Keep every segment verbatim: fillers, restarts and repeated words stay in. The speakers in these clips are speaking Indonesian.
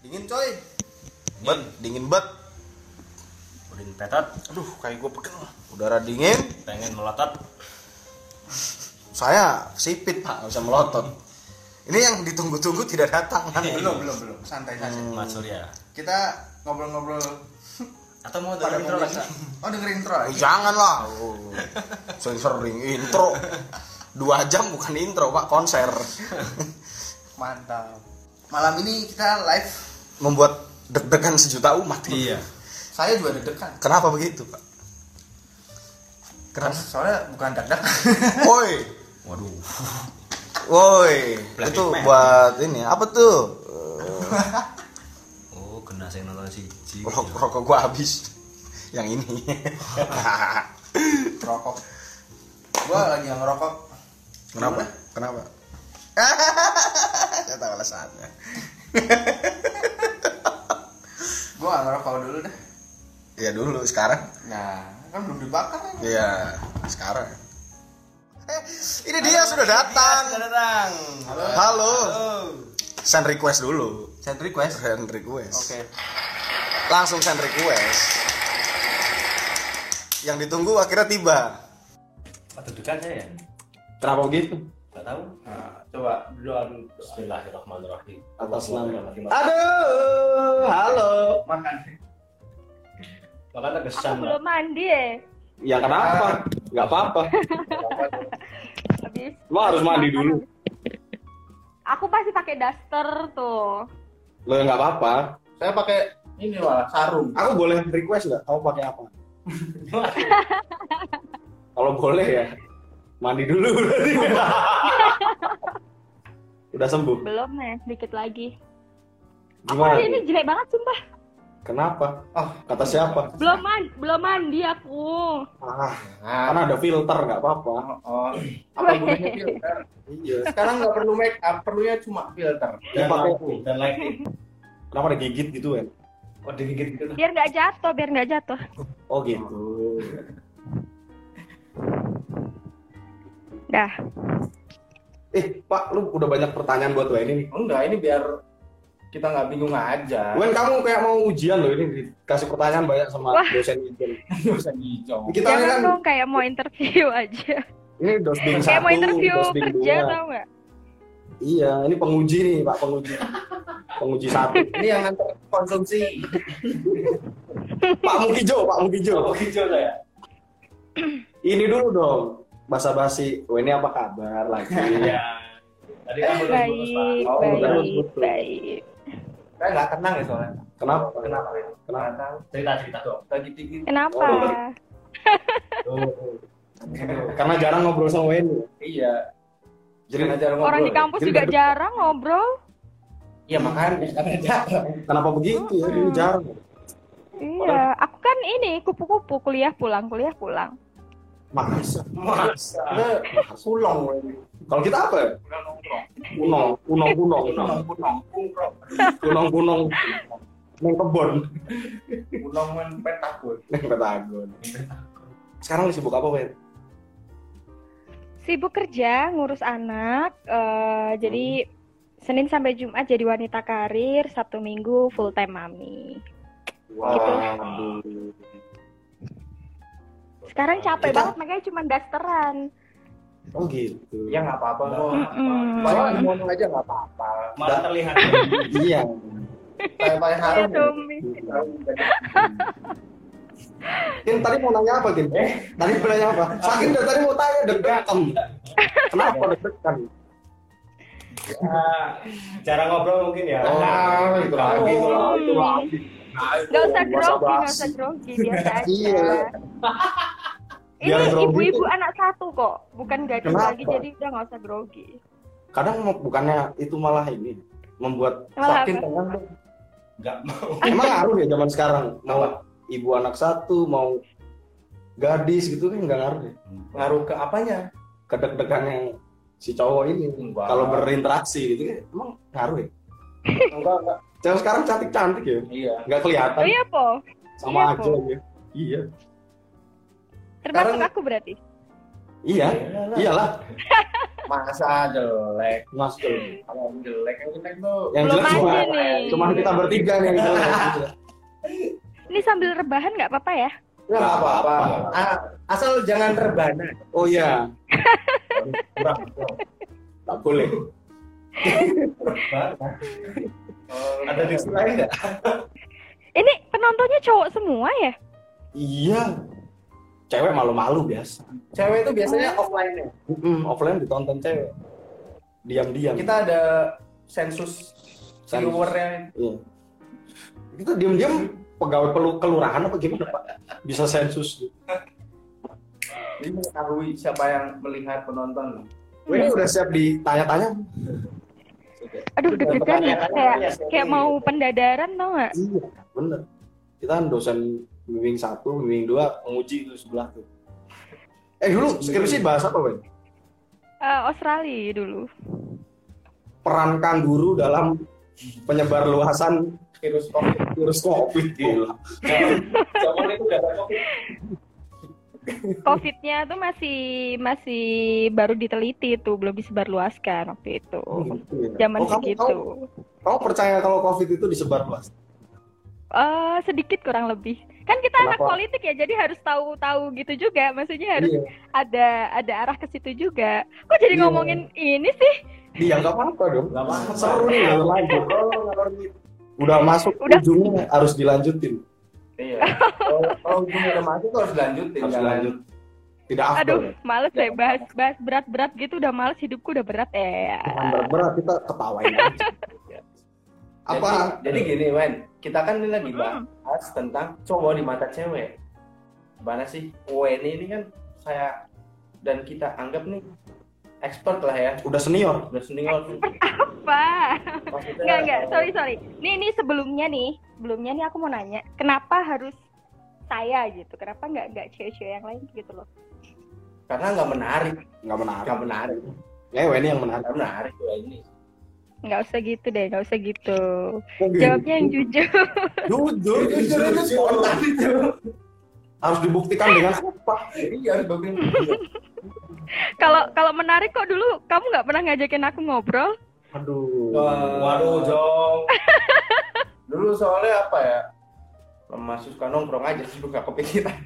Dingin coy. Bet, dingin bet. Urin petot. Aduh, kayak gue pegel. Udara dingin. Pengen melotot. Saya sipit pak, nggak bisa melotot. Ini yang ditunggu-tunggu tidak datang kan? Belum, belum, belum. Santai saja. Hmm. Mas Surya. Kita ngobrol-ngobrol Atau mau pada dengerin intro lagi? momen- Oh, dengerin intro Oh, lagi. jangan lah. Oh, sering-sering intro. Dua jam bukan intro pak, konser. Mantap. Malam ini kita live. Membuat deg-degan sejuta umat. Iya. Saya juga deg-degan. Kenapa begitu pak? Kenapa? Soalnya bukan deg-degan. Woi, Waduh. woi, Black itu Man. buat ini apa tuh? Oh, kena saya nonton siji. Rokok, rokok gua habis. Yang ini. Rokok. Gua lagi yang ngerokok. Kenapa? Gimana? Kenapa? Saya tahu alasannya. Gua nggak ngerokok dulu dah. Ya dulu, sekarang. Nah, kan belum dibakar kan? Iya, sekarang. Eh, ini dia sudah datang. Sudah datang. Halo. Halo. Halo. Send request dulu. Send request. Send request. Oke. Langsung send request. Yang ditunggu akhirnya tiba. Atau dekat saya. Kenapa begitu? Enggak tahu. Nah, coba berdoa dulu. Bismillahirrahmanirrahim. Atas nama. Makan Aduh, halo. Makan. terkesan. Aku belum mandi ya. Ya kenapa? Gak apa-apa. Habis. Lo harus mandi dulu. Aku pasti pakai daster tuh. Lo nggak apa-apa. Saya pakai ini malah sarung. Aku boleh request nggak? Kamu pakai apa? Kalau boleh ya, mandi dulu. Udah sembuh. Belum nih, dikit lagi. Aku Gimana? hari ini jelek banget sumpah. Kenapa? Oh, kata siapa? Belum mandi, belum mandi aku. Ah, Nah, kan ada filter, nggak apa-apa. oh, apa gunanya filter? Iya. Sekarang nggak perlu make up, perlunya cuma filter. Dia Dan pakai. lampu dan lighting. Kenapa digigit gitu ya? Oh, digigit gitu. Biar nggak jatuh, biar nggak jatuh. Oh gitu. Dah. Eh, Pak, lu udah banyak pertanyaan buat gue ini nih. Enggak, ini biar kita nggak bingung aja. Wen, kamu kayak mau ujian loh ini, dikasih pertanyaan banyak sama Wah. dosen itu. Nggak usah hijau. Kita ini Jangan kan dong kayak mau interview aja. ini dosbing Kayak satu, mau interview dosbing kerja dua. tau nggak? Iya, ini penguji nih, Pak, penguji. Penguji satu. Ini yang nganter konsumsi. Pak Mukijo, Pak Mukijo. Oh, hijau saya. Ini dulu dong, basa-basi. Oh, ini apa kabar lagi? Iya. Tadi kamu udah lulus, Pak. Baik, Oh, baik, betul. baik. Saya nggak tenang ya soalnya. Kenapa? Kenapa ya? Kenapa? Nggak tahu. Cerita-cerita dong. Lagi tinggi. Kenapa? Oh, karena jarang ngobrol sama Weni. Iya. Jadi Karena jarang Orang di ngobrol. kampus Jadi juga deg- jarang ngobrol. Iya makanya karena jarang. kenapa begitu ya? Ini jarang. Iya, aku kan ini kupu-kupu kuliah pulang, kuliah pulang. Masa? Masa. Kita sulong ini. Kalau kita apa ya? Udah nongkrong. Kunong, kunong, kunong, Kunong, kunong, kunong. kunong, kunong. Neng kebon, Kunong men petakut. neng petagon. Sekarang lu sibuk apa, Wen? Sibuk kerja, ngurus anak. eh, jadi Senin sampai Jumat jadi wanita karir, Sabtu Minggu full time mami. Waduh. Sekarang capek Kita- banget makanya cuma dasteran. Oh gitu. Ya nggak apa-apa kok. Mm-mm. Paling ngomong aja nggak apa-apa. Malah terlihat. Iya. Kayak paling Iya, harum. Tommy. Kin tadi mau nanya apa, Kin? Eh, tadi mau nanya apa? Sakin dari tadi mau tanya deg-degan. Kenapa deg-degan? Ya, cara ngobrol mungkin ya. Oh, itu lagi, itu lagi, itu lagi. Gak usah grogi, gak basa-basi. usah grogi, biasa aja. Iya. Ini Biar grogi ibu-ibu tuh. anak satu kok, bukan gadis Kenapa? lagi, jadi udah gak usah grogi. Kadang mau- bukannya itu malah ini membuat Malah sakin apa? tenang. Enggak mau. Emang ngaruh ya zaman sekarang mau ibu anak satu mau gadis gitu kan nggak ngaruh ya? Ngaruh ke apanya? Kedeg-degannya si cowok ini Enggak. kalau berinteraksi gitu kan emang ngaruh ya? Enggak, enggak. Cewek sekarang cantik-cantik ya, Iya. nggak kelihatan Oh iya po, sama iya, aja Po. ya. Iya, termasuk Sekarang- aku berarti. iya, Iyalah. iyalah. Masa jelek. Mas tuh. Kalau jelek yang jelek tuh. Yang Belum jelas cuma, aja nih. cuma kita bertiga nih. yang jelek. Ini sambil rebahan nggak apa-apa ya? Nggak apa-apa. Ah, asal jangan rebana. Oh iya, Kurang. tak boleh. Ada di lain nggak? Ini penontonnya cowok semua ya? Iya. Cewek malu-malu biasa. Cewek itu biasanya offline-nya. Mm, offline ditonton cewek. Diam-diam. Kita ada sensus Sensus. viewer-nya. Iya. Kita diam-diam pegawai pelu- kelurahan apa gimana Pak? Bisa sensus. Jadi mengetahui siapa yang melihat penonton. Ini udah siap ditanya-tanya. Aduh deg-degan ya, kayak kayak mau pendadaran tau nggak? Iya, bener. Kita kan dosen bimbing satu, bimbing dua, menguji itu sebelah tuh. Eh dulu skripsi bahas apa, Wen? Eh, Australia dulu. Peran kanguru dalam penyebar luasan Virus COVID. virus COVID. Gila. Zaman itu udah ada COVID. COVID-nya tuh masih masih baru diteliti tuh, belum disebarluaskan waktu itu. Gitu ya. Zaman Oh, kamu, segitu. kamu, kamu percaya kalau COVID itu disebar luas? Eh, sedikit kurang lebih. Kan kita anak Kenapa? politik ya, jadi harus tahu-tahu gitu juga. Maksudnya harus Iya. ada ada arah ke situ juga. Kok jadi Iya. ngomongin ini sih? Iya nggak apa-apa dong. Nggak apa-apa. Seru nih nggak lanjut. Oh, nggak ngerti. Udah masuk Udah. ujungnya harus dilanjutin. Iya. Kalau kalau ujung udah masuk tuh harus dilanjutin. Harus jangan- lanjut. Tidak afdol. Aduh, Ya. males deh bahas bahas berat-berat gitu, udah males, hidupku udah berat ya. Bukan berat-berat, kita ketawain aja. Apa? Jadi, jadi gini, Wen. Kita kan ini lagi Hmm. bahas tentang cowok di mata cewek. Gimana sih? Wen ini kan saya dan kita anggap nih expert lah ya. Udah senior. Udah senior. Apa? Maksudnya, Enggak, enggak, eh, sorry, sorry. Nih, nih sebelumnya nih, sebelumnya nih aku mau nanya, kenapa harus saya gitu? Kenapa nggak nggak cewek-cewek yang lain gitu loh? Karena nggak menarik. Nggak menarik. Nggak menarik. Ngewe ini yang menarik. Nggak menarik tuh ini. Nggak usah gitu deh, nggak usah gitu. Oh, gitu. Jawabnya yang jujur. Jujur, jujur itu spontan itu. Harus dibuktikan dengan apa? Iya, harus bagus. Kalau kalau menarik kok dulu kamu nggak pernah ngajakin aku ngobrol? Aduh. Waduh, Jong. Dulu soalnya apa ya? Mas suka nongkrong aja sih, nggak kepikiran.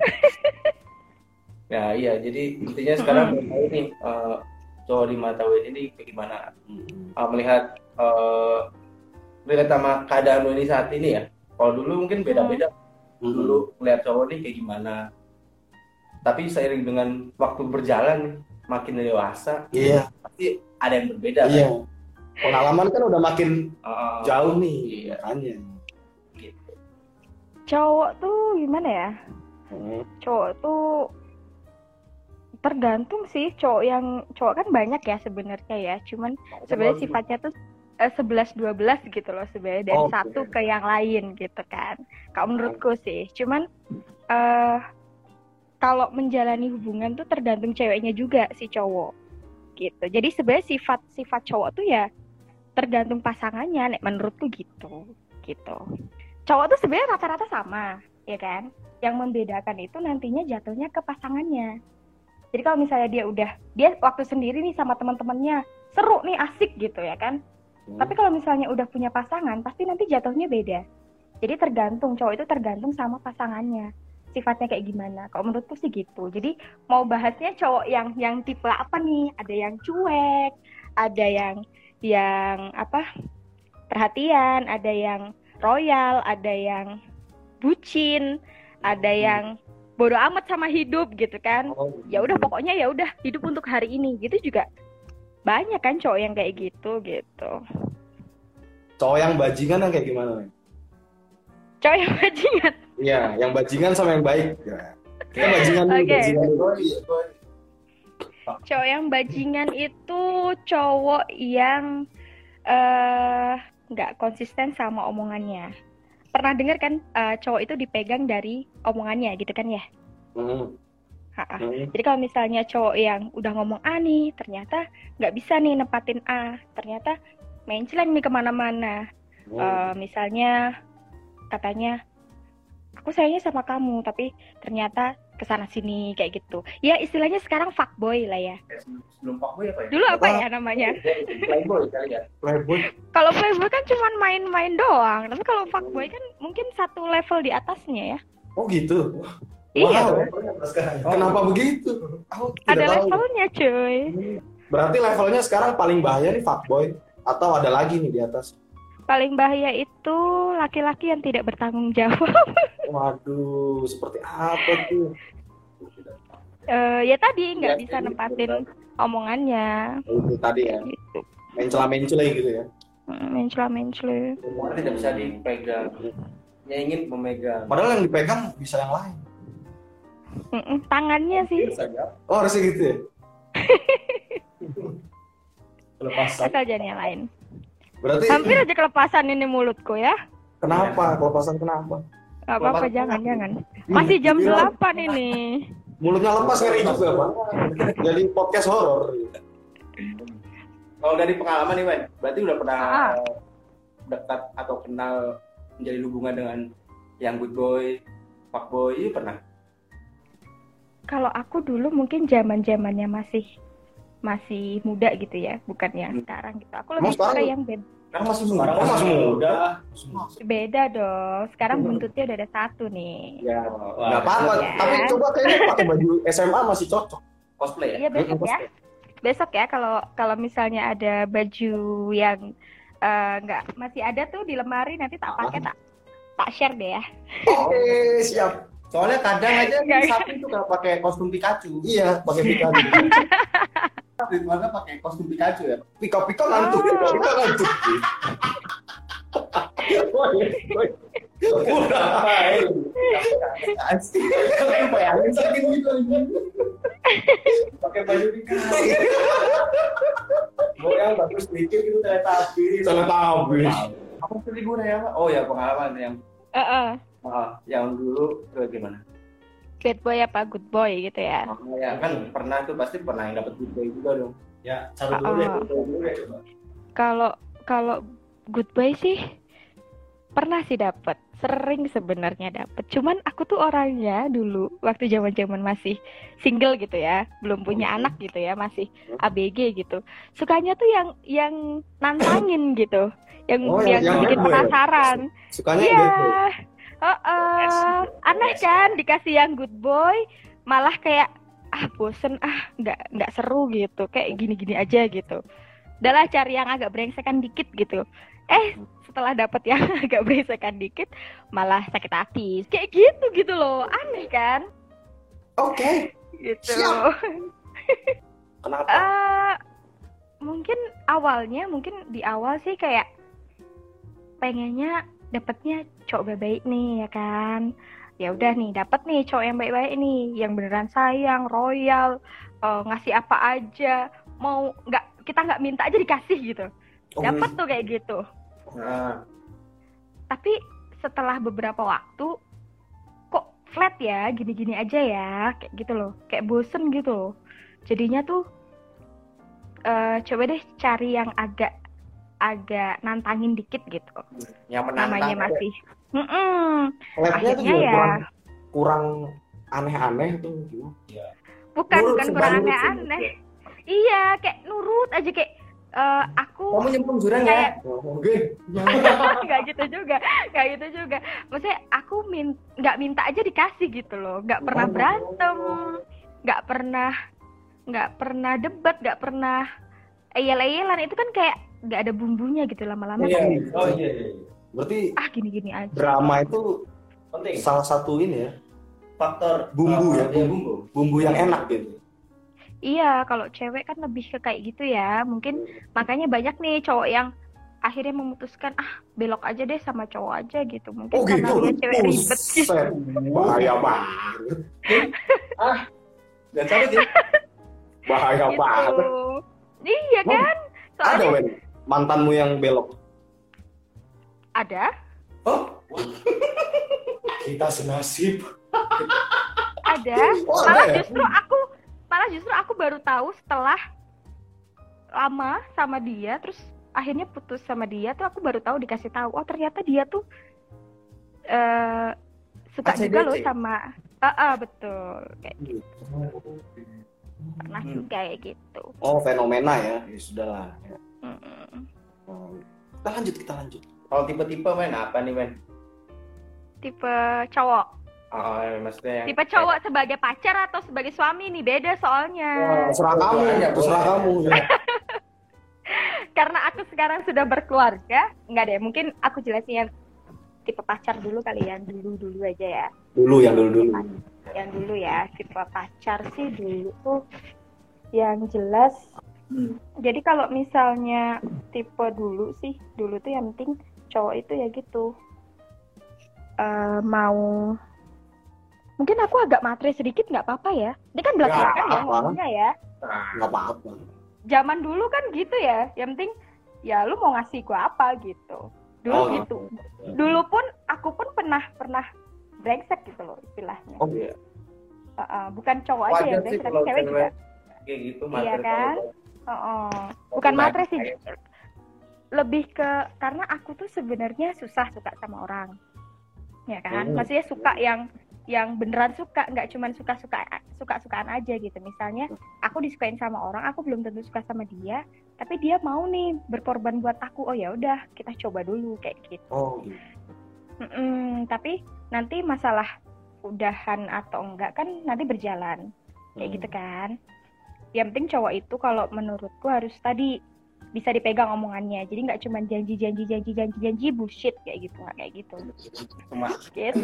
Ya iya, jadi intinya sekarang mau tahu nih eh, cowok di mata Wen ini bagaimana uh, melihat uh, melihat sama keadaan Weni saat ini ya. Kalau dulu mungkin beda-beda. Hmm. Dulu melihat cowok nih kayak gimana. Tapi seiring dengan waktu berjalan makin dewasa Iya, pasti ada yang berbeda. iya. Kan? Pengalaman kan udah makin Uh, jauh nih, Iya. makanya. gitu. Cowok tuh gimana ya? Hmm. Cowok tuh tergantung sih. Cowok yang cowok kan banyak ya sebenarnya ya. Cuman sebenarnya sifatnya tuh sebelas dua belas gitu loh sebenarnya, dari Oke. satu ke yang lain gitu kan. Kalau menurutku sih. Cuman eh kalau menjalani hubungan tuh tergantung ceweknya juga si cowok gitu. Jadi sebenarnya sifat-sifat cowok tuh ya tergantung pasangannya, nek menurutku gitu. Gitu. Cowok tuh sebenarnya rata-rata sama, ya kan? Yang membedakan itu nantinya jatuhnya ke pasangannya. Jadi kalau misalnya dia udah dia waktu sendiri nih sama teman-temannya, seru nih, asik gitu ya kan? Hmm. Tapi kalau misalnya udah punya pasangan, pasti nanti jatuhnya beda. Jadi tergantung, cowok itu tergantung sama pasangannya. Sifatnya kayak gimana. Kalau menurutku sih gitu. Jadi mau bahasnya cowok yang yang tipe apa nih? Ada yang cuek, ada yang yang apa? Perhatian, ada yang royal, ada yang bucin, ada yang bodo amat sama hidup gitu kan. Oh, Ya udah pokoknya ya udah hidup untuk hari ini. Gitu juga banyak kan cowok yang kayak gitu gitu. Cowok yang bajingan yang kayak gimana nih? Cowok yang bajingan. Iya, yang bajingan sama yang baik. Ya. Kita bajingan dulu, Oke. bajingan dulu. Cowok yang bajingan itu cowok yang eh nggak konsisten sama omongannya. Pernah dengar kan eh, cowok itu dipegang dari omongannya gitu kan ya? Hmm. Ha-ha. Hmm. Jadi kalau misalnya cowok yang udah ngomong A nih, ternyata nggak bisa nih nepatin A, ternyata mencleng nih kemana-mana. Hmm. Eh, misalnya katanya aku sayangnya sama kamu, tapi ternyata kesana sini kayak gitu. Ya istilahnya sekarang fuckboy lah ya. Sebelum fuckboy apa ya? Dulu apa Apa? ya namanya? Playboy kali ya. Playboy. Kalau playboy kan cuman main-main doang, tapi kalau fuckboy kan mungkin satu level di atasnya ya. Oh gitu. Iya, Wow. Sekarang. Kenapa begitu? Aku tidak ada tahu. levelnya cuy. Berarti levelnya sekarang paling bahaya nih fuckboy atau ada lagi nih di atas? Paling bahaya itu laki-laki yang tidak bertanggung jawab. Waduh, seperti apa tuh? Eh, ya tadi nggak Ya, bisa jadi nempatin benar. omongannya. Itu tadi ya, Gitu. mencela-mencela gitu ya. Hmm, Mencela-mencela. Omongan tidak bisa dipegang. Ya ingin memegang. Padahal yang dipegang bisa yang lain. Mm-mm, tangannya sih Saja. Oh, harusnya gitu ya? Lepasan. asal jangan yang lain. Berarti Hampir aja kelepasan ini mulutku ya. kenapa? Kelepasan kenapa? Gak apa-apa, Kelepasan jangan-jangan. Masih jam Bilang, delapan ini. mulutnya lepas ngeri juga, Pak. Jadi podcast horor. Kalau dari pengalaman nih, Wen, berarti udah pernah Ah. dekat atau kenal menjalin hubungan dengan yang good boy, fuckboy, iya pernah? Kalau aku dulu mungkin zaman-zamannya masih masih muda gitu ya, bukan yang Hmm. sekarang gitu. Aku Emang lebih suka sekarang? yang beda. Sekarang masih Sekarang Oh, masih muda. Beda dong. Sekarang buntutnya udah ada satu nih. Ya, Wah, nggak apa-apa. ya. Tapi coba kayaknya pakai baju S M A masih cocok. cosplay ya? Iya besok ya. Besok ya kalau kalau misalnya ada baju yang eh, nggak masih ada tuh di lemari nanti tak pakai tak tak share deh ya. Oke, siap. Soalnya kadang aja Nggak. sapi itu kalau pakai kostum Pikachu. Iya, pakai pika. Ritualnya pakai kostum Pikachu ya. Pika-pika ngantuk. Oh. Pika ngantuk. Woi, woi. Asli. Bayangin sakit gitu aja. Pakai baju Pikachu. Mau yang bagus dikit gitu ternyata api. Salah habis. Apa sih liburan ya, Pak? Oh ya, pengalaman yang Heeh. ah, yang dulu itu gimana? Bad boy apa good boy gitu ya. Oh, ya kan pernah tuh pasti pernah yang dapat good boy juga dong. Ya, satu dulu deh, Ah. satu dulu deh coba. Kalau kalau good boy sih pernah sih dapet, sering sebenarnya dapet. Cuman aku tuh orangnya dulu waktu zaman-zaman masih single gitu ya, belum punya anak gitu ya, masih A B G gitu. Sukanya tuh yang yang nantangin gitu, yang Oh, yang, yang- yang bikin bad boy ya? penasaran. Sukanya Iya, bad boy. Heeh. Aneh kan dikasih yang good boy, malah kayak ah bosen ah nggak nggak seru gitu, kayak gini-gini aja gitu. Udahlah cari yang agak brengsekan dikit gitu. Eh setelah dapet yang agak brengsekan dikit, malah sakit hati. Kayak gitu gitu loh, aneh kan? Oke. Gitu. Siap. Kenapa? Eh, mungkin awalnya, mungkin di awal sih kayak pengennya dapetnya cowok baik-baik nih ya kan. Ya udah nih, dapet nih cowok yang baik-baik nih, yang beneran sayang, royal, eh, ngasih apa aja, mau nggak kita nggak minta aja dikasih gitu. Oh, Dapet tuh kayak gitu. Nah, Tapi setelah beberapa waktu kok flat ya, gini-gini aja ya, kayak gitu loh, kayak bosen gitu loh. Jadinya tuh eh, coba deh cari yang agak agak nantangin dikit gitu. yang menantang. Namanya masih. Mm-mm. Labnya tuh Akhirnya juga ya. kurang, kurang aneh-aneh tuh. Bukan Nurut bukan sih, kurang nurut sih. aneh-aneh. Iya, kayak nurut aja kayak eh, aku Kamu nyemplung jurang kayak ya? Oke. nggak gitu juga, nggak gitu juga. Maksudnya aku min nggak minta aja dikasih gitu loh, nggak pernah Oh. berantem, nggak pernah nggak pernah debat, nggak pernah eyel-eyelan. Itu kan kayak nggak ada bumbunya gitu lama-lama Iya. kan. Oh iya, iya. Berarti Ah gini-gini aja. drama itu Penting. salah satu ini ya, Faktor Bumbu ya, Iya, bumbu. bumbu yang enak gitu. Iya, kalau cewek kan lebih ke kayak gitu ya. Mungkin makanya banyak nih cowok yang akhirnya memutuskan ah belok aja deh sama cowok aja gitu. Mungkin Oh karena gitu. dia cewek ribet gitu. Buset. Bahaya banget. Dan cabut ya? Bahaya banget. Gitu. Iya kan? Ada Soalnya Wen, mantanmu yang belok. ada, Oh, Kita senasib. ada. Oh, Malah ada ya? justru aku, malah justru aku baru tahu setelah lama sama dia, terus akhirnya putus sama dia tuh aku baru tahu dikasih tahu. Oh ternyata dia tuh eh suka A C D C. juga loh sama Ah, ah, betul. Kayak Gitu. pernah Hmm. juga kayak gitu. Oh, fenomena ya. Ya sudahlah. Ya. Mm-mm. Oh. Kita lanjut, kita lanjut. Kalau tipe-tipe men apa nih men? Tipe cowok. Oh, maksudnya yang Tipe cowok sebagai pacar atau sebagai suami nih beda soalnya. Terserah Oh, kamu, boleh, terserah boleh. kamu. Ya. Karena aku sekarang sudah berkeluarga, enggak deh, mungkin aku jelasin yang tipe pacar dulu kali ya, dulu-dulu aja ya. Dulu yang dulu-dulu. Yang dulu ya, tipe pacar sih dulu tuh yang jelas. Hmm. Jadi kalau misalnya tipe dulu sih, dulu tuh yang penting cowok itu ya gitu. Eh, mau mungkin aku agak matre sedikit nggak apa-apa ya. Ini kan belakangan ya apa-apa. ngomongnya ya. Nah, Nggak apa-apa. Zaman dulu kan gitu ya. Yang penting ya lu mau ngasih gua apa gitu. Dulu Oh, gitu. Dulu pun aku pun pernah pernah brengsek gitu loh istilahnya. Oh, iya. Uh, uh, bukan cowok aja wajar yang sih brengsek, tapi kalau cewek juga. cewek kayak gitu Iya materi kan? kalau- Uh, uh. Bukan Nah, matre sih. kayak- Lebih ke karena aku tuh sebenarnya susah suka sama orang. Ya kan? Hmm. Maksudnya suka yang yang beneran suka, nggak cuman suka-suka suka-sukaan aja gitu. Misalnya aku disukain sama orang, aku belum tentu suka sama dia, tapi dia mau nih berkorban buat aku. Oh ya udah, kita coba dulu kayak gitu. Oh, gitu. Mm-mm, tapi nanti masalah udahan atau enggak kan nanti berjalan kayak Hmm. gitu kan. Yang penting cowok itu kalau menurutku harus tadi bisa dipegang omongannya. Jadi nggak cuma janji janji janji janji janji bullshit kayak gitu, nggak kayak gitu. Cuma Gitu.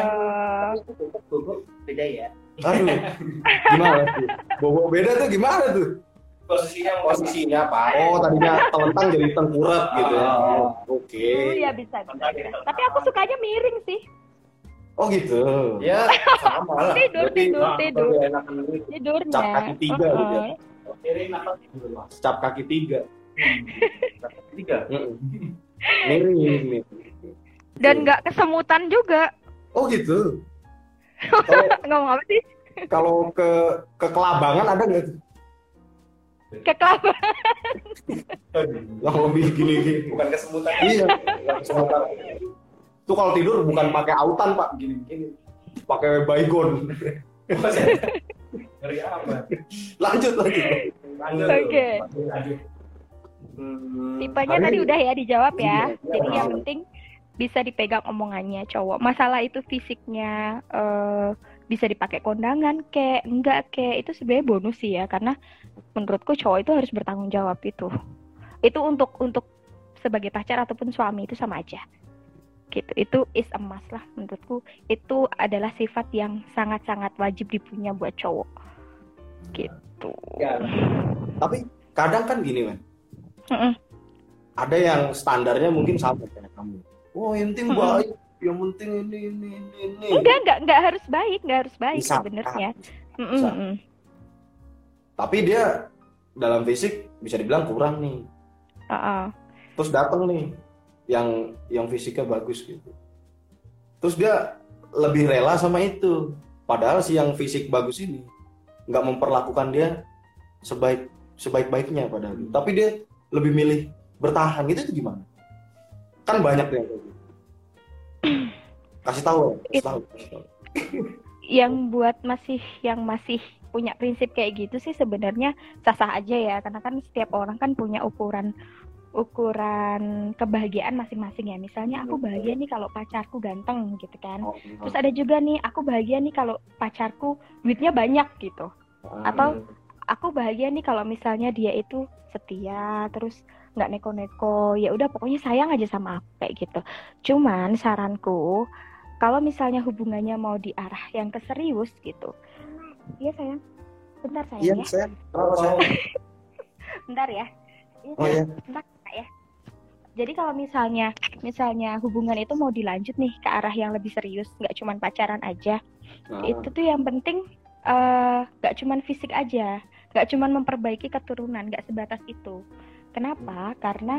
gugup beda ya. Aduh, gimana tuh? Bobo beda tuh gimana tuh? Posisinya posisinya Pak. Oh, tadinya telentang jadi tengkurap gitu ya. Oh, Oke. Oh ya bisa bisa. bisa. Tapi aku sukanya miring sih. Oh gitu. Ya sama lah. Tidur berarti- tidur Nah, tidur lebih enakan gitu. tidurnya. Cap kaki tiga Uh-uh. gitu ya. Piring apa tidur mas? Cap kaki tiga. Tiga. Mm-mm. Miring, miring. Dan nggak kesemutan juga. Oh gitu. Kalau Ngomong apa sih? kalau ke ke kelabangan ada nggak tuh? Kekelapa. Yang lebih gini-gini. Bukan kesemutan. Iya. Sebentar. Itu kalau tidur bukan pakai autan pak, gini-gini. Pakai baygon. Ngeri amat. Lanjut lagi. Lanjut. Oke. Lanjut. Hmm. Tipenya Hari- tadi udah ya dijawab ya. Iya, Jadi iya. yang penting bisa dipegang omongannya cowok. Masalah itu fisiknya eh, bisa dipakai kondangan kek, enggak kek, itu sebenarnya bonus sih ya, karena menurutku cowok itu harus bertanggung jawab itu. Itu untuk untuk sebagai pacar ataupun suami itu sama aja. Gitu. Itu is a must lah menurutku. Itu adalah sifat yang sangat-sangat wajib dipunya buat cowok. Gitu. Ya. Tapi kadang kan gini man. Mm-mm. Ada yang standarnya mungkin sama kayak kamu. Oh yang penting Mm-mm. baik, yang penting ini ini ini ini. Enggak, enggak, enggak harus baik, enggak harus baik Bisa. sebenarnya. Mm-mm, Bisa. mm-mm. Tapi dia dalam fisik bisa dibilang kurang nih. Uh-uh. Terus datang nih yang yang fisiknya bagus gitu. Terus dia lebih rela sama itu. Padahal si yang fisik bagus ini nggak memperlakukan dia sebaik sebaik-baiknya padahal. Tapi dia lebih milih bertahan gitu itu gimana? Kan banyak yang kayak gitu. Kasih tahu, ya, kasih tahu. Kasih tahu. Yang buat masih yang masih punya prinsip kayak gitu sih sebenarnya sah-sah aja ya, karena kan setiap orang kan punya ukuran ukuran kebahagiaan masing-masing ya. Misalnya aku bahagia nih kalau pacarku ganteng gitu kan. Oh, Terus ada juga nih aku bahagia nih kalau pacarku duitnya banyak gitu. Atau aku bahagia nih kalau misalnya dia itu setia, terus nggak neko-neko, ya udah pokoknya sayang aja sama aku kayak gitu. Cuman saranku kalau misalnya hubungannya mau di arah yang ke serius gitu, iya sayang, bentar sayang Iya, ya, saya. Kenapa saya? bentar ya. Iya, Oh sayang. ya. Bentar Kak, ya. Jadi kalau misalnya misalnya hubungan itu mau dilanjut nih ke arah yang lebih serius, nggak cuman pacaran aja, itu tuh yang penting eh, nggak cuman fisik aja, nggak cuman memperbaiki keturunan, nggak sebatas itu. Kenapa? Karena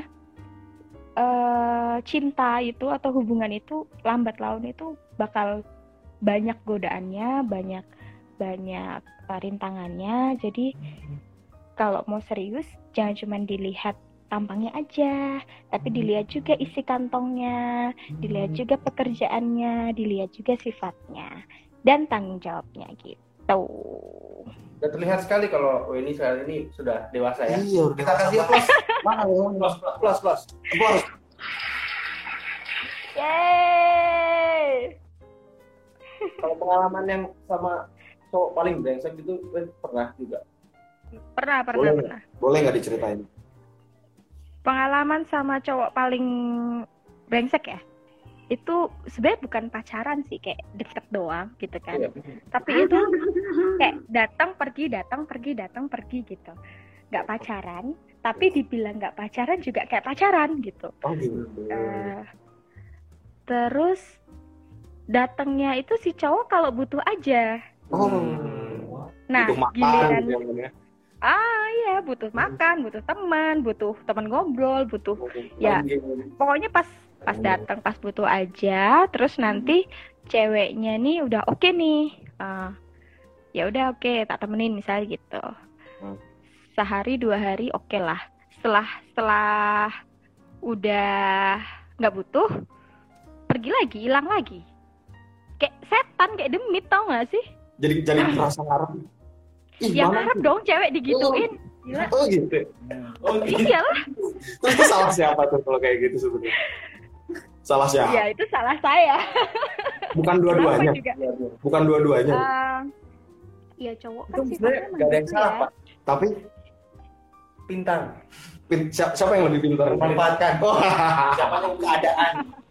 eh, cinta itu atau hubungan itu lambat laun itu bakal banyak godaannya, banyak banyak eh, rintangannya. Jadi kalau mau serius jangan cuma dilihat tampangnya aja, tapi dilihat juga isi kantongnya, dilihat juga pekerjaannya, dilihat juga sifatnya. dan tanggung jawabnya gitu. Udah terlihat sekali kalau Weni saat ini sudah dewasa ya. Iya, udah Kita kasih plus. Mana ya? Plus, plus, plus, plus. Plus. Yeay. Kalau pengalaman yang sama cowok paling brengsek itu Wen pernah juga. Pernah, pernah, Boleh. pernah. Boleh nggak diceritain? Pengalaman sama cowok paling brengsek ya? Itu sebenarnya bukan pacaran sih, kayak deket doang gitu kan. Iya. Tapi itu kayak datang pergi datang pergi datang pergi gitu. Nggak pacaran, tapi dibilang nggak pacaran juga kayak pacaran gitu. Oh gitu. Eh, terus datangnya itu si cowok kalau butuh aja. Oh. Nah, Butuh makan giliran gitu yang namanya. ah iya butuh makan, butuh teman, butuh teman ngobrol, butuh ya pokoknya pas pas datang pas butuh aja. Terus nanti ceweknya nih udah oke nih, uh, ya udah oke tak temenin misalnya gitu. Sehari dua hari oke lah. Setelah setelah udah nggak butuh, pergi lagi, hilang lagi. Kayak setan, kayak demit, tau nggak sih? Jadi jadi merasa ngarep. Ih, Ya mana ngarep tuh? dong cewek digituin. Gila. Oh gitu. Oh gitu. Iyalah. Terus itu salah siapa tuh kalau kayak gitu sebenarnya? Salah siapa? Ya itu salah saya. Bukan dua-duanya. Kenapa juga? Bukan dua-duanya. Um, ya cowok Itu kan sebenarnya sifatnya nggak ada yang begitu salah ya. Pak. Tapi Pintar. pin- siapa, siapa yang lebih pintar? Memanfaatkan. Oh, Siapa yang keadaan.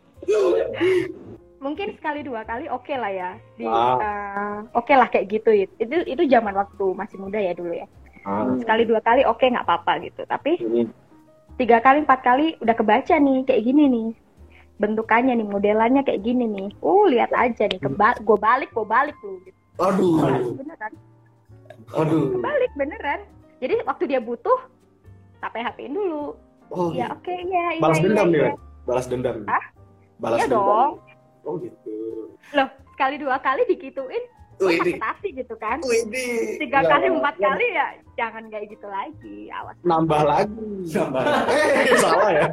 Mungkin sekali dua kali oke lah ya. Di, Ah. uh, oke lah kayak gitu. Itu itu zaman waktu masih muda ya dulu ya. ah, Sekali dua kali oke nggak apa-apa gitu. Tapi ini. tiga kali empat kali udah kebaca nih kayak gini nih. Bentukannya nih, modelannya kayak gini nih. Uh, lihat aja nih, keba- gue balik, gue balik lu gitu. Aduh. Beneran. Aduh. Balik beneran. Jadi waktu dia butuh, tak P H P-in dulu. Oh, Ya oke, ya, iya, balas iya, dendam nih, iya. Wen? Balas dendam. Hah? Balas Iya dendam. dong. Oh gitu. Loh, sekali dua kali digituin, gue Wih, sakit hati gitu kan. Wih, di Tiga Ya, kali, empat ya. kali ya jangan kayak gitu lagi. Awas. nambah lagi. Nambah. Eh, salah ya.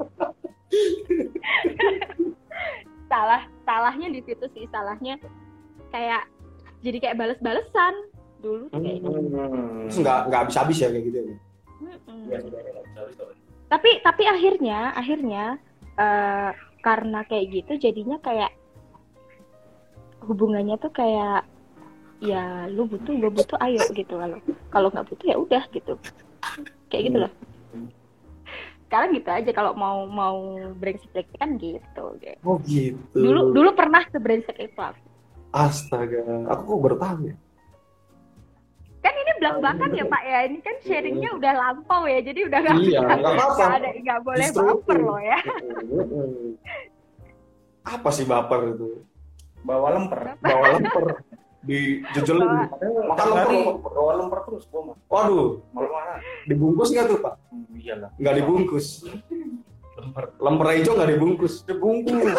Salah, salahnya di situ sih, salahnya kayak jadi kayak bales-balesan dulu tuh kayak gitu. Terus nggak nggak habis-habis ya kayak gitu ya. Mm-mm. Iya, iya, iya, sorry, sorry. Tapi tapi akhirnya akhirnya eh, karena kayak gitu jadinya kayak hubungannya tuh kayak ya lu butuh gue butuh ayo gitu. Kalau kalau nggak butuh ya udah gitu, kayak gitu loh. Sekarang gitu aja kalau mau mau brengsek kan gitu. Oh gitu. Dulu dulu pernah sebrengsek itu aku. Astaga, aku kok bertahan ya. Kan ini belak-belakan ya Pak ya, ini kan sharingnya udah lampau ya, jadi udah nggak Iya, bisa, nggak apa-apa. nggak ada nggak boleh Justru baper itu. loh ya. Apa sih baper itu? Bawa lemper. Bawa lemper dijejelin. Bawa- Makan Tiap hari lemper. bawa lemper terus gua mah. Waduh, Malu-malu. dibungkus nggak tuh Pak? Iyalah. Nggak dibungkus. Lemper. Lemper hijau nggak dibungkus. Dibungkus.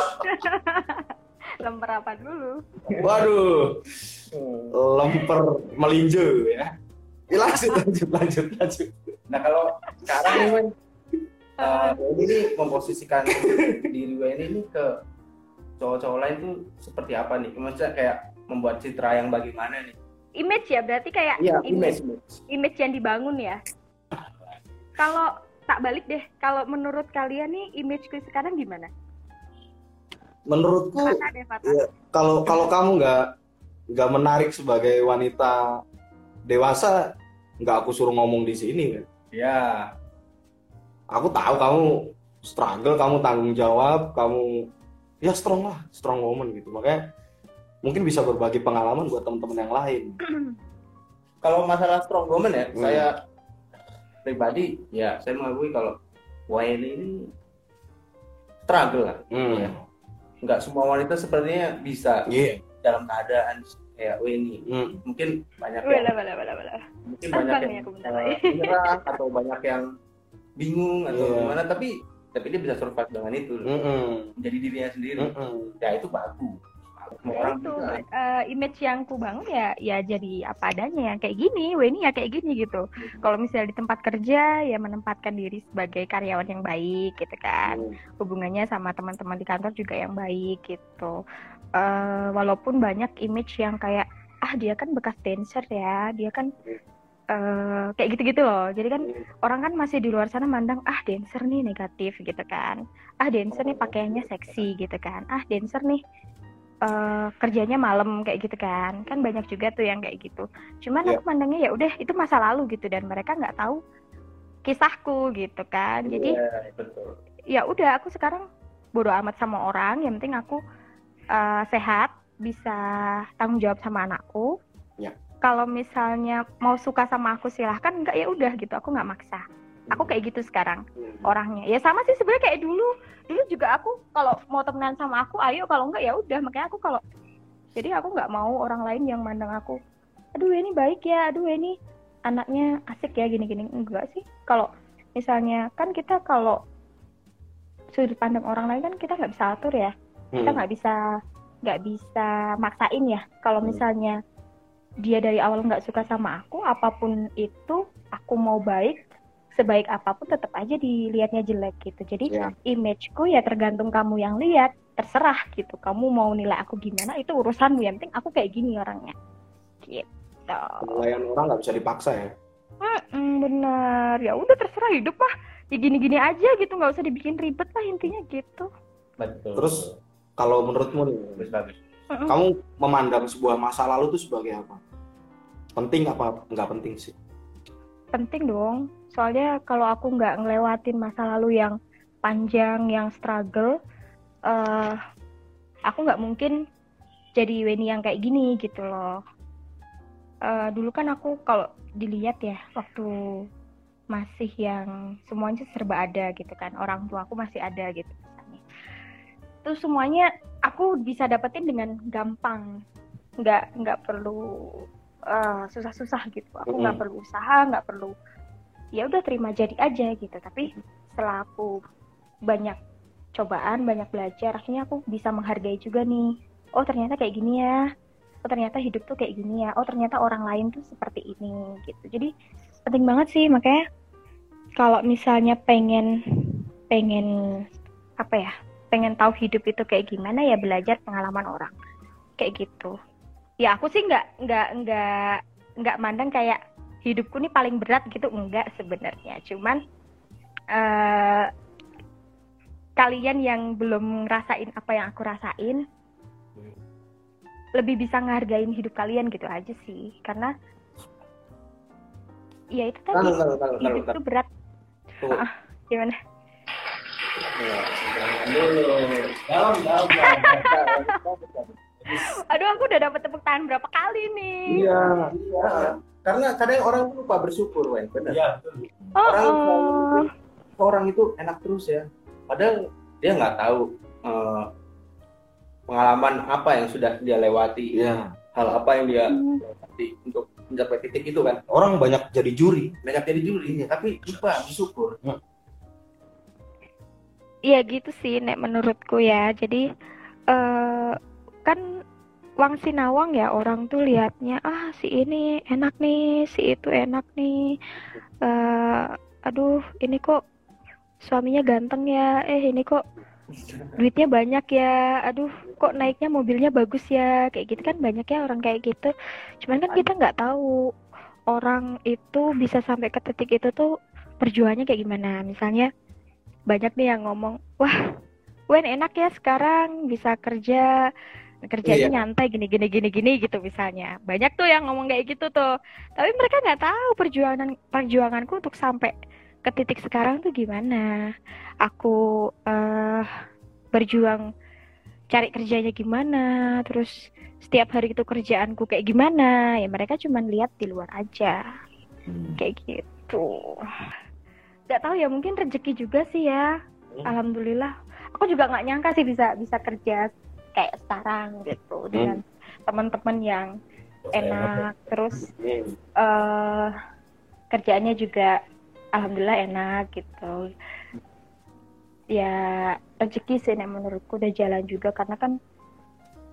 Lemper apa dulu? Waduh, Hmm. lemper melinjo ya. Ya, lanjut, lanjut, lanjut, lanjut. Nah kalau sekarang nih Wen, uh, Weni ini memposisikan diri Weni ini ke cowok-cowok lain tuh seperti apa nih? Maksudnya kayak membuat citra yang bagaimana nih? Image ya, berarti kayak Iya, image, image. image yang dibangun ya. Kalau tak balik deh, kalau menurut kalian nih imageku sekarang gimana? Menurutku, Fata deh, Fata. ya, kalau kalau kamu nggak nggak menarik sebagai wanita dewasa, nggak aku suruh ngomong di sini kan. Ya, Aku tahu kamu struggle, kamu tanggung jawab, kamu ya strong lah, strong woman gitu. Makanya mungkin bisa berbagi pengalaman buat teman-teman yang lain. kalau masalah strong woman ya, Hmm. saya pribadi ya saya mengakui kalau Weni ini struggle lah. Hmm. Ya. Nggak semua wanita sepertinya bisa Iya. dalam keadaan kayak Weni. Hmm. Mungkin banyak yang Boleh, boleh, boleh, boleh. mungkin banyak Abang yang nih aku bentar eh, lagi. menyerah atau banyak yang bingung atau Iya. gimana, tapi tapi dia bisa survive dengan itu, Mm-mm. menjadi dirinya sendiri. Mm-mm. Ya itu bagus, Semua Ya orang itu bisa. eh, image yang ku bangun ya ya jadi apa adanya yang kayak gini, wah ini ya kayak gini gitu. Kalau misalnya di tempat kerja ya menempatkan diri sebagai karyawan yang baik gitu kan. Hmm. Hubungannya sama teman-teman di kantor juga yang baik gitu. Eh, walaupun banyak image yang kayak ah dia kan bekas dancer ya, dia kan eh, kayak gitu-gitu loh. Jadi kan orang kan masih di luar sana mandang ah dancer nih negatif gitu kan. Ah dancer nih pakaiannya seksi gitu kan. Ah dancer nih eh, kerjanya malam kayak gitu kan. Kan banyak juga tuh yang kayak gitu. Cuman Iya. aku mandangnya ya udah itu masa lalu gitu dan mereka nggak tahu kisahku gitu kan. Jadi Iya, betul. ya udah aku sekarang bodo amat sama orang, yang penting aku eh, sehat, bisa tanggung jawab sama anakku. Ya. Kalau misalnya mau suka sama aku silahkan, enggak ya udah gitu, aku nggak maksa. Aku kayak gitu sekarang Hmm. orangnya. Ya sama sih sebenarnya kayak dulu. Dulu juga aku kalau mau temenan sama aku, ayo, kalau enggak ya udah. Makanya aku kalau jadi aku nggak mau orang lain yang mandang aku, aduh ini baik ya, aduh ini anaknya asik ya gini-gini. Enggak sih. Kalau misalnya kan kita kalau sudut pandang orang lain kan kita nggak bisa atur ya. Kita Hmm. nggak bisa nggak bisa maksain ya. Kalau Hmm. misalnya dia dari awal nggak suka sama aku, apapun itu, aku mau baik, sebaik apapun tetap aja dilihatnya jelek gitu. Jadi Ya. imageku ya tergantung kamu yang lihat, terserah gitu. Kamu mau nilai aku gimana itu urusanmu, yang penting aku kayak gini orangnya. Gitu. Penilaian orang nggak bisa dipaksa ya. Mm, bener, ya udah terserah hidup mah. Ya gini-gini aja gitu, nggak usah dibikin ribet lah intinya gitu. Betul. Terus kalau menurutmu nih, bagus bagus. Mm-mm. kamu memandang sebuah masa lalu itu sebagai apa? Penting apa nggak penting sih? Penting dong, soalnya kalau aku nggak ngelewatin masa lalu yang panjang, yang struggle, eh aku nggak mungkin jadi Weni yang kayak gini gitu loh. Eh, dulu kan aku kalau dilihat ya, waktu masih yang semuanya serba ada gitu kan, orang tua aku masih ada gitu misalnya. Terus semuanya aku bisa dapetin dengan gampang, nggak nggak perlu eh, susah-susah gitu. Aku nggak Mm-mm. perlu usaha, nggak perlu, ya udah terima jadi aja gitu. Tapi setelah aku banyak cobaan, banyak belajar, akhirnya aku bisa menghargai juga nih. Oh ternyata kayak gini ya. Oh ternyata hidup tuh kayak gini ya. Oh ternyata orang lain tuh seperti ini gitu. Jadi penting banget sih, makanya kalau misalnya pengen pengen apa ya? Pengen tahu hidup itu kayak gimana ya belajar pengalaman orang. Kayak gitu. Ya aku sih nggak nggak nggak nggak mandang kayak hidupku nih paling berat gitu, enggak sebenarnya. Cuman eh, kalian yang belum ngerasain apa yang aku rasain lebih bisa ngehargain hidup kalian gitu aja sih. Karena ya itu tadi, Taruh, taruh, taruh, taruh, hidup taruh. tuh berat. Tunggu. Ah, gimana? Ya, jangan dulu. Dalam, dalam, dalam. Aduh, aku udah dapet tepuk tangan berapa kali nih. Iya. Iya. Karena kadang orang tuh lupa bersyukur, Wen. Benar. Iya, betul. Oh, Orang oh. selalu orang itu enak terus ya. Padahal dia nggak tahu eh, pengalaman apa yang sudah dia lewati, Iya. hal apa yang dia Hmm. lewati untuk mencapai titik itu kan. Orang banyak jadi juri. Banyak jadi juri, tapi lupa bersyukur. Iya gitu sih, nek menurutku ya. Jadi eh kan Wang Sinawang ya, orang tuh liatnya ah si ini enak nih, si itu enak nih. Eh aduh, ini kok suaminya ganteng ya. Eh ini kok duitnya banyak ya. Aduh, kok naiknya mobilnya bagus ya. Kayak gitu kan banyak ya orang kayak gitu. Cuman kan kita nggak tahu orang itu bisa sampai ke titik itu tuh perjuangannya kayak gimana. Misalnya banyak nih yang ngomong, wah, Wen enak ya sekarang bisa kerja, kerjanya Iya. nyantai gini gini gini gini gitu misalnya. Banyak tuh yang ngomong kayak gitu tuh. Tapi mereka nggak tahu perjuangan perjuanganku untuk sampai ke titik sekarang tuh gimana. Aku eh, berjuang cari kerjanya gimana, terus setiap hari itu kerjaanku kayak gimana. Ya mereka cuma lihat di luar aja, kayak gitu. Gak tahu ya, mungkin rezeki juga sih ya. Alhamdulillah. Aku juga nggak nyangka sih bisa bisa kerja kayak sekarang gitu dengan teman-teman yang enak, terus eh kerjaannya juga alhamdulillah enak gitu. Ya rezeki sih nek menurutku udah jalan juga, karena kan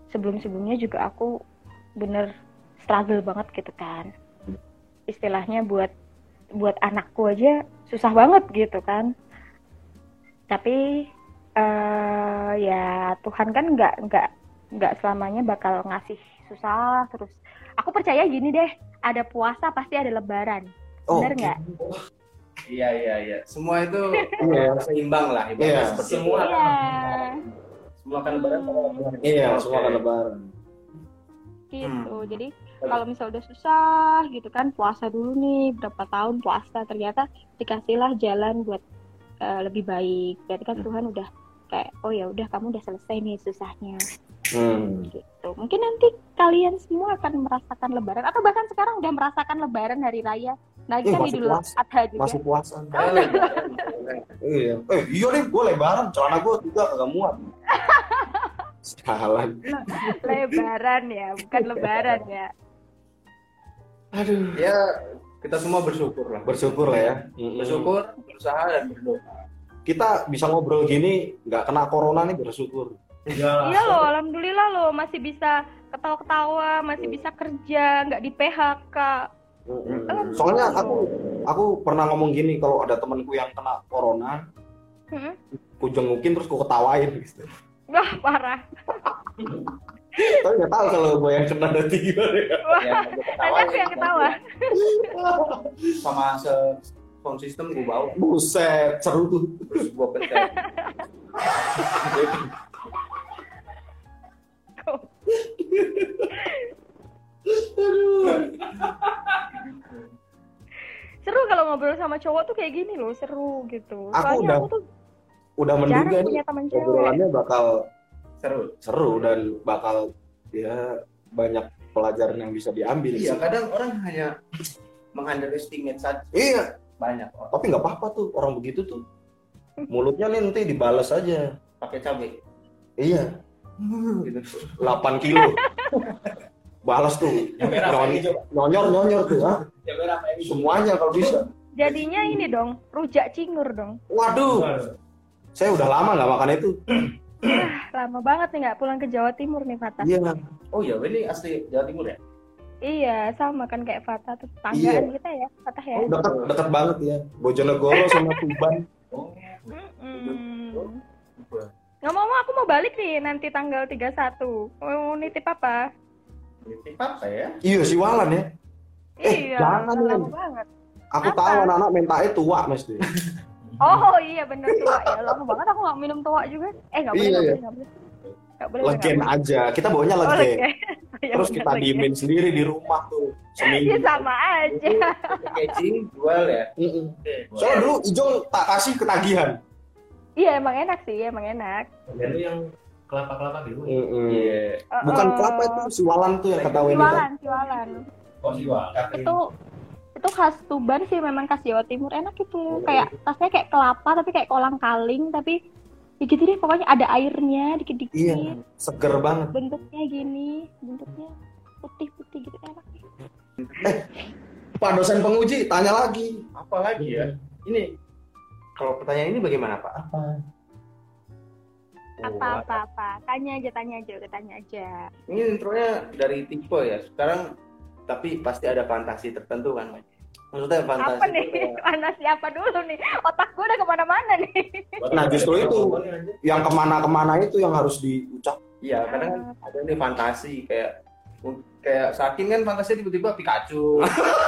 sebelum-sebelumnya juga aku bener struggle banget gitu kan. Istilahnya buat buat anakku aja susah banget gitu kan. Tapi uh, ya Tuhan kan nggak nggak nggak selamanya bakal ngasih susah terus. Aku percaya gini deh, ada puasa pasti ada lebaran. Oh, Bener nggak? Iya iya iya. Semua itu Iya. seimbang lah. Iya. Ibaratnya seperti semua. Iya. Semua kan lebaran. Iya, Oke. semua kan lebaran. Gitu. Hmm. Jadi kalau misal udah susah gitu kan, puasa dulu nih berapa tahun puasa, ternyata dikasihlah jalan buat uh, lebih baik. Berarti kan Tuhan udah kayak oh ya udah kamu udah selesai nih susahnya. Hmm. Gitu. Mungkin nanti kalian semua akan merasakan lebaran atau bahkan sekarang udah merasakan lebaran hari raya. Nah, Eh, kan masih Idul puasa. Adha juga. Masih puasa. Saya lebaran. Iya. Eh, iya deh, gue lebaran, celana gue juga kagak muat. Salah. Lebaran ya, bukan lebaran ya. Aduh. Ya kita semua bersyukur lah. Bersyukur lah ya. Mm-mm. Bersyukur, berusaha dan berdoa. Kita bisa ngobrol gini, nggak kena corona nih bersyukur. Iya loh, alhamdulillah loh masih bisa ketawa-ketawa, masih bisa kerja, nggak di P H K. Mm-mm. Soalnya aku aku pernah ngomong gini, kalau ada temanku yang kena corona, Hmm? ku jengukin terus ku ketawain gitu. Wah parah. Tapi nggak tahu kalau gue yang kena nanti gimana ya. Wah, Ya, nanti aku yang ketawa. Sama se sound system gue bawa. Buset, seru tuh. Terus gue pencet. Seru kalau ngobrol sama cowok tuh kayak gini loh, seru gitu. Aku Soalnya udah- aku tuh Udah jarang menduga nih punya teman cewek. obrolannya bakal Seru. seru dan bakal ya banyak pelajaran yang bisa diambil. Iya, sih. kadang orang hanya meng-underestimate saja. Iya, Banyak orang tapi nggak apa-apa tuh orang begitu tuh. Mulutnya nih nanti dibalas aja. pakai cabai. Iya, Gitu. delapan kilo. Balas tuh. Nyon- Nyonyor nyonyor tuh, ah. Semuanya kalau bisa. Jadinya ini dong, rujak cingur dong. Waduh, saya udah lama nggak makan itu. Lama banget nih nggak pulang ke Jawa Timur nih Fata. Iya, Oh iya, ini asli Jawa Timur ya? Iya, sama kan kayak Fata tuh tanggaan kita ya, Fata ya. dekat dekat banget ya. Bojonegoro sama Tuban. Oh. Mm-mm. Ngomong-ngomong aku mau balik nih nanti tanggal tiga puluh satu. Mau nitip apa? Ini apa ya? Iya si Walan ya. Eh, Iya, jangan, lama Len. banget. Aku Apa? tahu anak-anak mintanya tua mesti. Oh iya bener tua ya, lama banget aku nggak minum tua juga. Eh nggak boleh, Iya, nggak iya. boleh, nggak boleh. Nggak boleh, Legen nggak boleh. aja. Kita bawanya Oh, legen. legen. Iya, Terus bener, kita legen. diemin sendiri di rumah tuh seminggu. Iya sama aja. Packaging jual ya? Mm-mm. Oke. Soalnya dulu Ijong tak kasih ketagihan. Iya emang enak sih, emang enak. Dan itu yang kelapa-kelapa gitu. Mm-mm. Iya. Bukan Uh-uh. kelapa itu si Walan tuh yang ketawain itu. Siwalan, siwalan. Oh, siwa. Itu itu khas Tuban sih, memang khas Jawa Timur, enak itu. Kayak rasanya kayak kelapa tapi kayak kolang kaling, tapi ya gitu deh, pokoknya ada airnya dikit-dikit. Iya, seger banget. Bentuknya gini, bentuknya putih-putih gitu, enak. Pak dosen penguji tanya lagi. Apa lagi ya? Ini kalau pertanyaan ini bagaimana Pak? Apa? Apa-apa-apa, tanya aja, tanya aja, udah tanya aja. Ini intronya dari tipe ya. Sekarang tapi pasti ada fantasi tertentu kan? Maksudnya fantasi. Apa nih? kayak- Mana siapa dulu nih? Otak gue udah kemana-mana nih. Nah justru itu yang kemana-kemana itu yang harus diucap. Iya, kadang kan ada nih fantasi kayak kayak Sakin kan fantasi tiba-tiba Pikachu.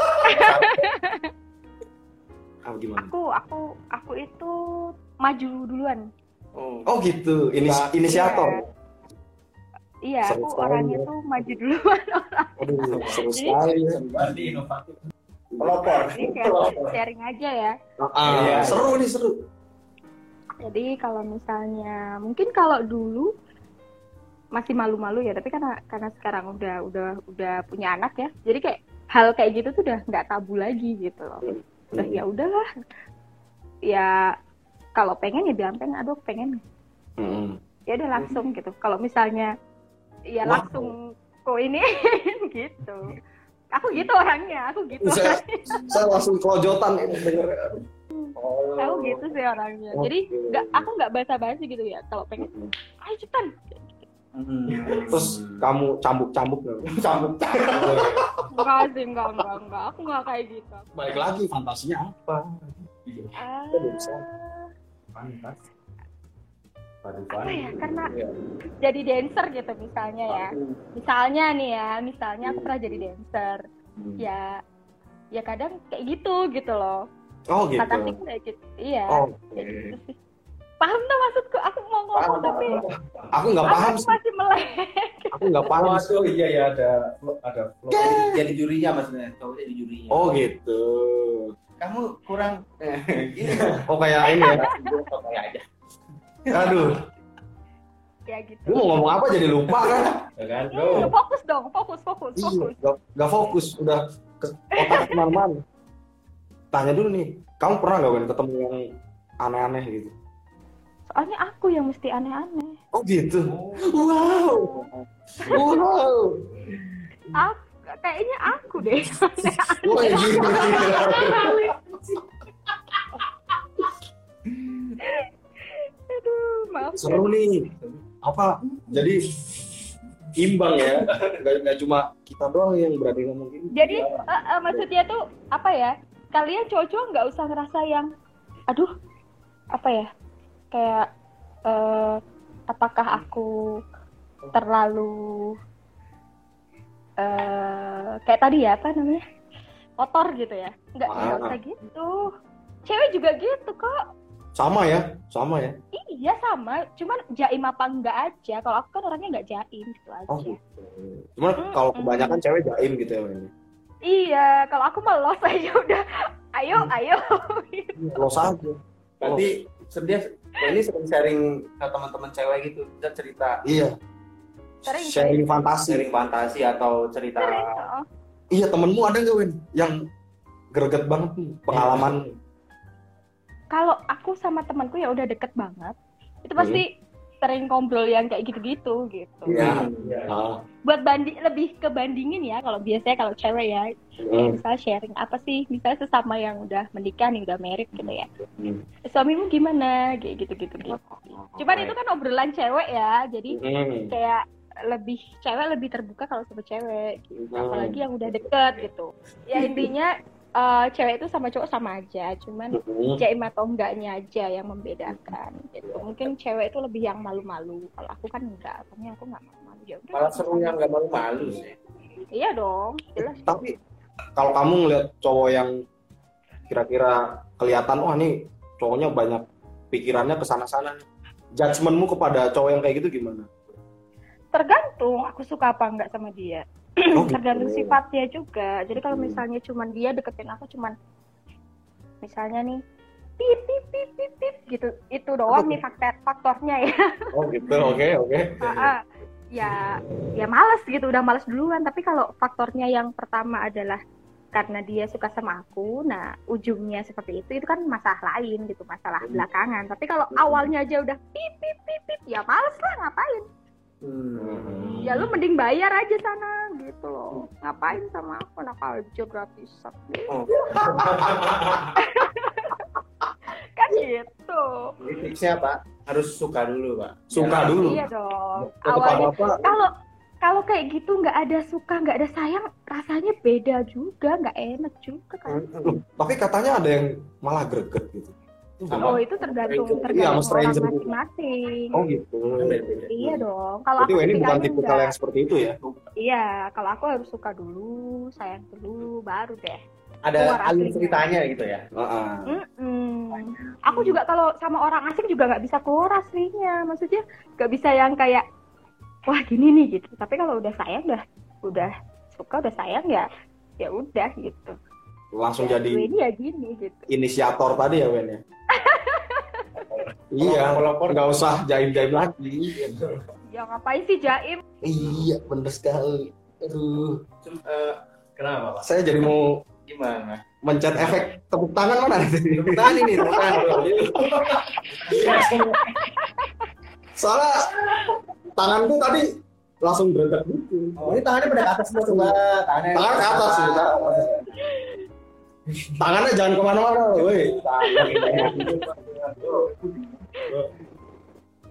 Ah, gimana? Aku, aku, aku itu maju duluan. Oh. Oh gitu, Inis- inisiator. Iya, Seru aku sekali orangnya ya. tuh maju duluan. Aduh, seru Jadi- sekali ya. Berarti inovatif. Pelopor. Jadi kayak sharing aja ya. Ah, Iya. seru nih seru. Jadi kalau misalnya, mungkin kalau dulu masih malu-malu ya, tapi karena karena sekarang udah udah udah punya anak ya, jadi kayak hal kayak gitu tuh udah nggak tabu lagi gitu loh. Udah ya udahlah, ya kalau pengen ya bilang pengen, aduh pengen, Mm-mm. ya udah langsung gitu. Kalau misalnya ya Wow. langsung kok ini gitu. Aku gitu orangnya, aku gitu. Saya, saya langsung kelojotan ini denger. Oh. Aku gitu sih orangnya. Oke. Jadi nggak, aku nggak basa-basi gitu ya. Kalau pengen, ayo cepetan. Hmm. Terus kamu cambuk-cambuk nggak? Cambuk. Enggak sih, enggak, enggak, enggak. Aku enggak kayak gitu. Balik lagi fantasinya apa? Ah, bisa. Pantas. Padu apa ya? Karena Iya. jadi dancer gitu misalnya ya. Misalnya nih ya, misalnya aku pernah jadi dancer. Ya, ya kadang kayak gitu gitu loh. Oh gitu. Fantasiku kayak gitu. Iya. Oh, Kayak gitu sih. Paham tuh maksudku? Aku mau ngomong Paham, tapi aku nggak paham aku sih. masih melek. Aku nggak paham. Oh, sih. aduh, iya ya ada ada vlog. Jadi, jadi jurinya maksudnya, cowok jadi jurinya. Oh gitu. Kamu kurang gitu. Oh kayak ini ya. Kayak aja. Aduh, Ya gitu. gue mau ngomong apa jadi lupa kan? Ya kan? Hmm, Go. fokus dong, fokus, fokus, Iya, fokus. nggak nggak fokus, udah ke otak kemana-mana. Tanya dulu nih, kamu pernah nggak Wen ketemu yang aneh-aneh gitu? Soalnya aku yang mesti aneh-aneh. Oh gitu. Wow. Wow. Aku, kayaknya aku deh. Wah gila. Aduh, maaf. Seru nih. Apa? Jadi imbang ya. Nggak nggak cuma kita doang yang berani ngomong gini. Jadi eh, eh, maksudnya tuh apa ya? Kalian cowok-cowok nggak usah ngerasa yang, aduh, apa ya? Kayak eh, apakah aku terlalu eh kayak tadi ya apa namanya? Kotor gitu ya? Nggak, nggak Ah. usah gitu. Cewek juga gitu kok. Sama ya, sama ya. Iya sama, cuman jaim apa enggak aja. Kalau aku kan orangnya nggak jaim gitu aja. Oh gitu. Cuman kalau kebanyakan cewek jaim gitu ya Wen. Iya, kalau aku mah los aja udah. Ayo, ayo. Lo saja. Berarti sebenarnya ini sering sharing ke teman-teman cewek gitu, bisa cerita Iya. Sering, Sharing fantasi. sharing fantasi atau cerita Oh. Iya, temenmu ada nggak Wen yang greget banget nih pengalaman? Kalau aku sama temanku ya udah deket banget, itu pasti sering ngobrol yang kayak gitu-gitu gitu. Iya. Iya. Ah. Buat banding lebih ke bandingin ya, kalau biasanya kalau cewek ya, Hmm. misalnya sharing apa sih, misalnya sesama yang udah menikah nih, udah married gitu ya. Hmm. Suamimu gimana? Kayak gitu-gitu gitu. Cuman itu kan obrolan cewek ya, jadi Hmm. kayak lebih cewek lebih terbuka kalau sama cewek gitu. Hmm. Apalagi yang udah deket gitu. Ya intinya eh, cewek itu sama cowok sama aja, cuman Hmm. jaim atau enggaknya aja yang membedakan gitu. Mungkin cewek itu lebih yang malu-malu, kalau aku kan enggak, karena aku enggak malu-malu. Ya udah. malah seru yang nggak malu-malu sih. Iya dong, jelas. Tapi kalau kamu ngeliat cowok yang kira-kira kelihatan, wah nih cowoknya banyak pikirannya ke sana-sana, judgementmu kepada cowok yang kayak gitu gimana? Tergantung aku suka apa enggak sama dia. Oh, gitu. Tergantung sifatnya juga. Jadi kalau misalnya cuman dia deketin aku cuman misalnya nih pip pip pip pip pip gitu, itu doang nih faktor faktornya ya. Oh gitu, oke oke. Ah, ah. ya ya males gitu, udah males duluan. Tapi kalau faktornya yang pertama adalah karena dia suka sama aku, nah ujungnya seperti itu, itu kan masalah lain gitu, masalah belakangan. Tapi kalau awalnya aja udah pip pip pip pip, ya males lah, ngapain? Hmm. Ya lu mending bayar aja sana gitu loh, ngapain sama aku anak aja gratisan Oh. kan gitu. Jadi tipsnya Pak, harus suka dulu Pak. Suka dulu. Iya dong, Tetap awalnya apa? kalau kalau kayak gitu nggak ada suka nggak ada sayang, rasanya beda juga, nggak enak juga kan. Loh, tapi katanya ada yang malah greget gitu. Itu Sama. Oh gimana? itu tergantung Iya, tergantung sama orang stranger juga. masing-masing. Oh gitu. Iya dong, kalau Berarti aku ini bukan tipikalnya tipikal enggak. yang seperti itu ya? Iya, kalau aku harus suka dulu, sayang dulu, baru deh. Ada Keluar alur aslinya. ceritanya gitu ya. Heeh. Mm-mm. Aku juga kalau sama orang asing juga nggak bisa keluar aslinya, maksudnya nggak bisa yang kayak wah gini nih gitu. Tapi kalau udah sayang, udah udah suka, udah sayang ya, ya udah gitu. Langsung Ya, jadi gue ini ya gini gitu. inisiator tadi ya Wen ya? Iya, Pelopor. nggak usah jaim-jaim lagi. Ya ngapain sih jaim? Iya, bener sekali. Aduh, Cum- eh, Kenapa Pak? saya jadi mau gimana? mencet efek tepuk tangan mana nih? Tepuk tangan ini, tepuk tangan. Soalnya tanganku tadi langsung berentak gitu. Oh, ini tangannya pada ke atas semua coba. Tangannya Tangan ke atas sih. Tangannya jangan kemana-mana, woi.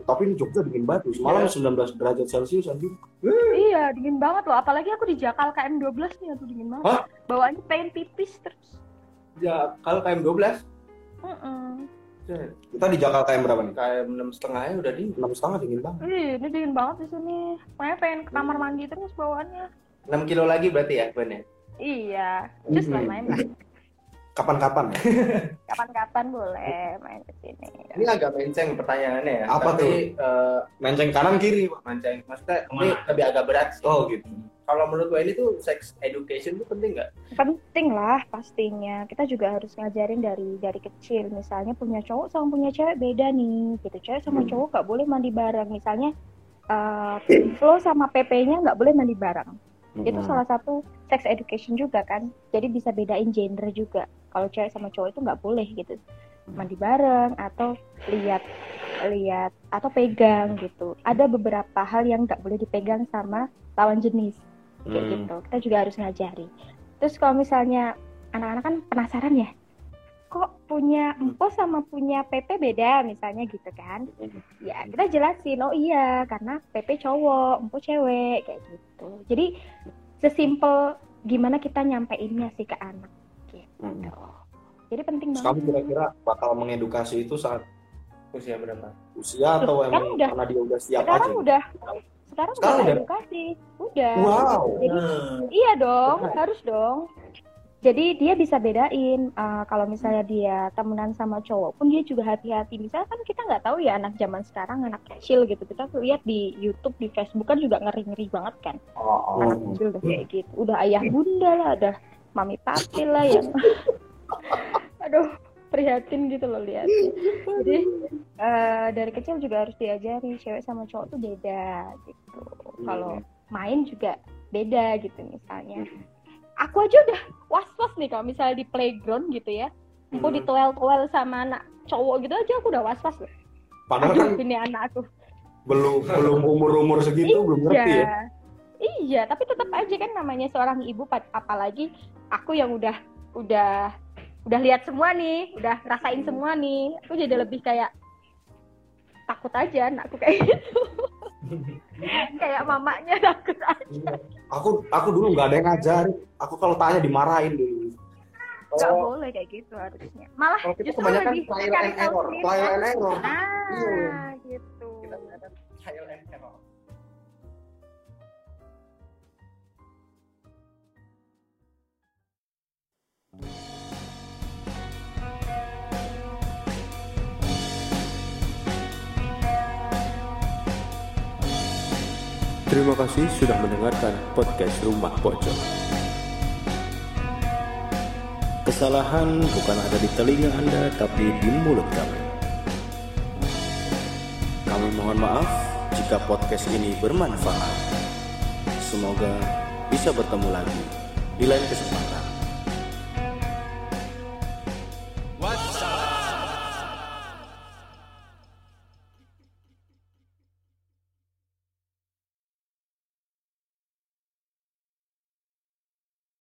tapi ini Jogja dingin banget, semalam sembilan belas derajat Celcius anjing. Iya, dingin banget loh. Apalagi aku di Jakal K M dua belas nih, aduh dingin banget. Hah? Bawaannya pengen pipis terus. Ya, kalau K M dua belas, Heeh. Kita di Jakarta yang berapa nih? K M enam setengah ya udah dingin. enam setengah dingin banget. Ih, ini dingin banget di sini. Makanya pengen ke kamar mandi terus bawaannya. enam kilo lagi berarti ya, Ban ya? Iya, just Mhm. main lah. Kapan-kapan ya? Kapan-kapan boleh main ke sini. Ini agak menceng pertanyaannya ya. Apa tapi, eh, Menceng kanan kiri, Pak. menceng, maksudnya ini lebih agak berat sih. Oh gitu. Kalau menurut gue ini tuh sex education itu penting nggak? Penting lah pastinya. Kita juga harus ngajarin dari dari kecil. Misalnya punya cowok sama punya cewek beda nih. Gitu. Cewek sama cowok nggak boleh mandi bareng. Misalnya uh, Flo sama P P-nya nggak boleh mandi bareng. Itu salah satu sex education juga kan. Jadi bisa bedain gender juga. Kalau cewek sama cowok itu nggak boleh gitu mandi bareng atau lihat lihat atau pegang gitu. Ada beberapa hal yang nggak boleh dipegang sama lawan jenis kayak Hmm. gitu. Kita juga harus ngajari. Terus kalau misalnya anak-anak kan penasaran ya, kok punya empo sama punya P P beda misalnya gitu kan? Ya kita jelasin, oh iya karena P P cowok, empo cewek kayak gitu. Jadi sesimpel gimana kita nyampeinnya sih ke anak. Hmm. Jadi penting Terus banget. kamu kira-kira bakal mengedukasi itu saat Usia berapa? usia atau Loh, sekarang emang udah. karena dia udah siap Sekarang aja? udah, sekarang, Sekarang udah udah? edukasi, udah. Wow. Jadi iya dong, harus dong. Jadi dia bisa bedain uh, kalau misalnya dia temenan sama cowok pun dia juga hati-hati. Misalnya kan kita nggak tahu ya anak zaman sekarang, anak kecil gitu. Kita lihat di YouTube, di Facebook kan juga ngeri-ngeri banget kan. Oh, Anak kecil udah kayak gitu. Udah ayah bunda lah, udah mami papi lah yang aduh prihatin gitu loh lihat. Jadi uh, dari kecil juga harus diajari cewek sama cowok tuh beda gitu. Kalau main juga beda gitu misalnya. Aku aja udah was-was nih kalau misalnya di playground gitu ya. Aku Hmm. ditoel-toel sama anak cowok gitu aja aku udah was-was loh. Padahal Aduh, kan ini anak aku. belum belum umur-umur segitu belum ngerti ya. Iya, tapi tetap aja kan namanya seorang ibu, apalagi aku yang udah udah udah lihat semua nih, udah rasain semua nih. Aku jadi lebih kayak takut aja anakku kayak gitu. Kayak mamanya takut aja. Aku aku dulu nggak ada yang ngajarin. Aku kalau tanya dimarahin dulu. Gak Oh, boleh kayak gitu harusnya. Malah kalau kita justru kebanyakan lebih trial cari and tahu error. sendiri. Trial and error. Nah, gitu. kita mengatakan trial and error. Terima kasih sudah mendengarkan podcast Rumah Pojok. Kesalahan bukan ada di telinga Anda, tapi di mulut kami. Kami mohon maaf jika podcast ini bermanfaat. Semoga bisa bertemu lagi di lain kesempatan.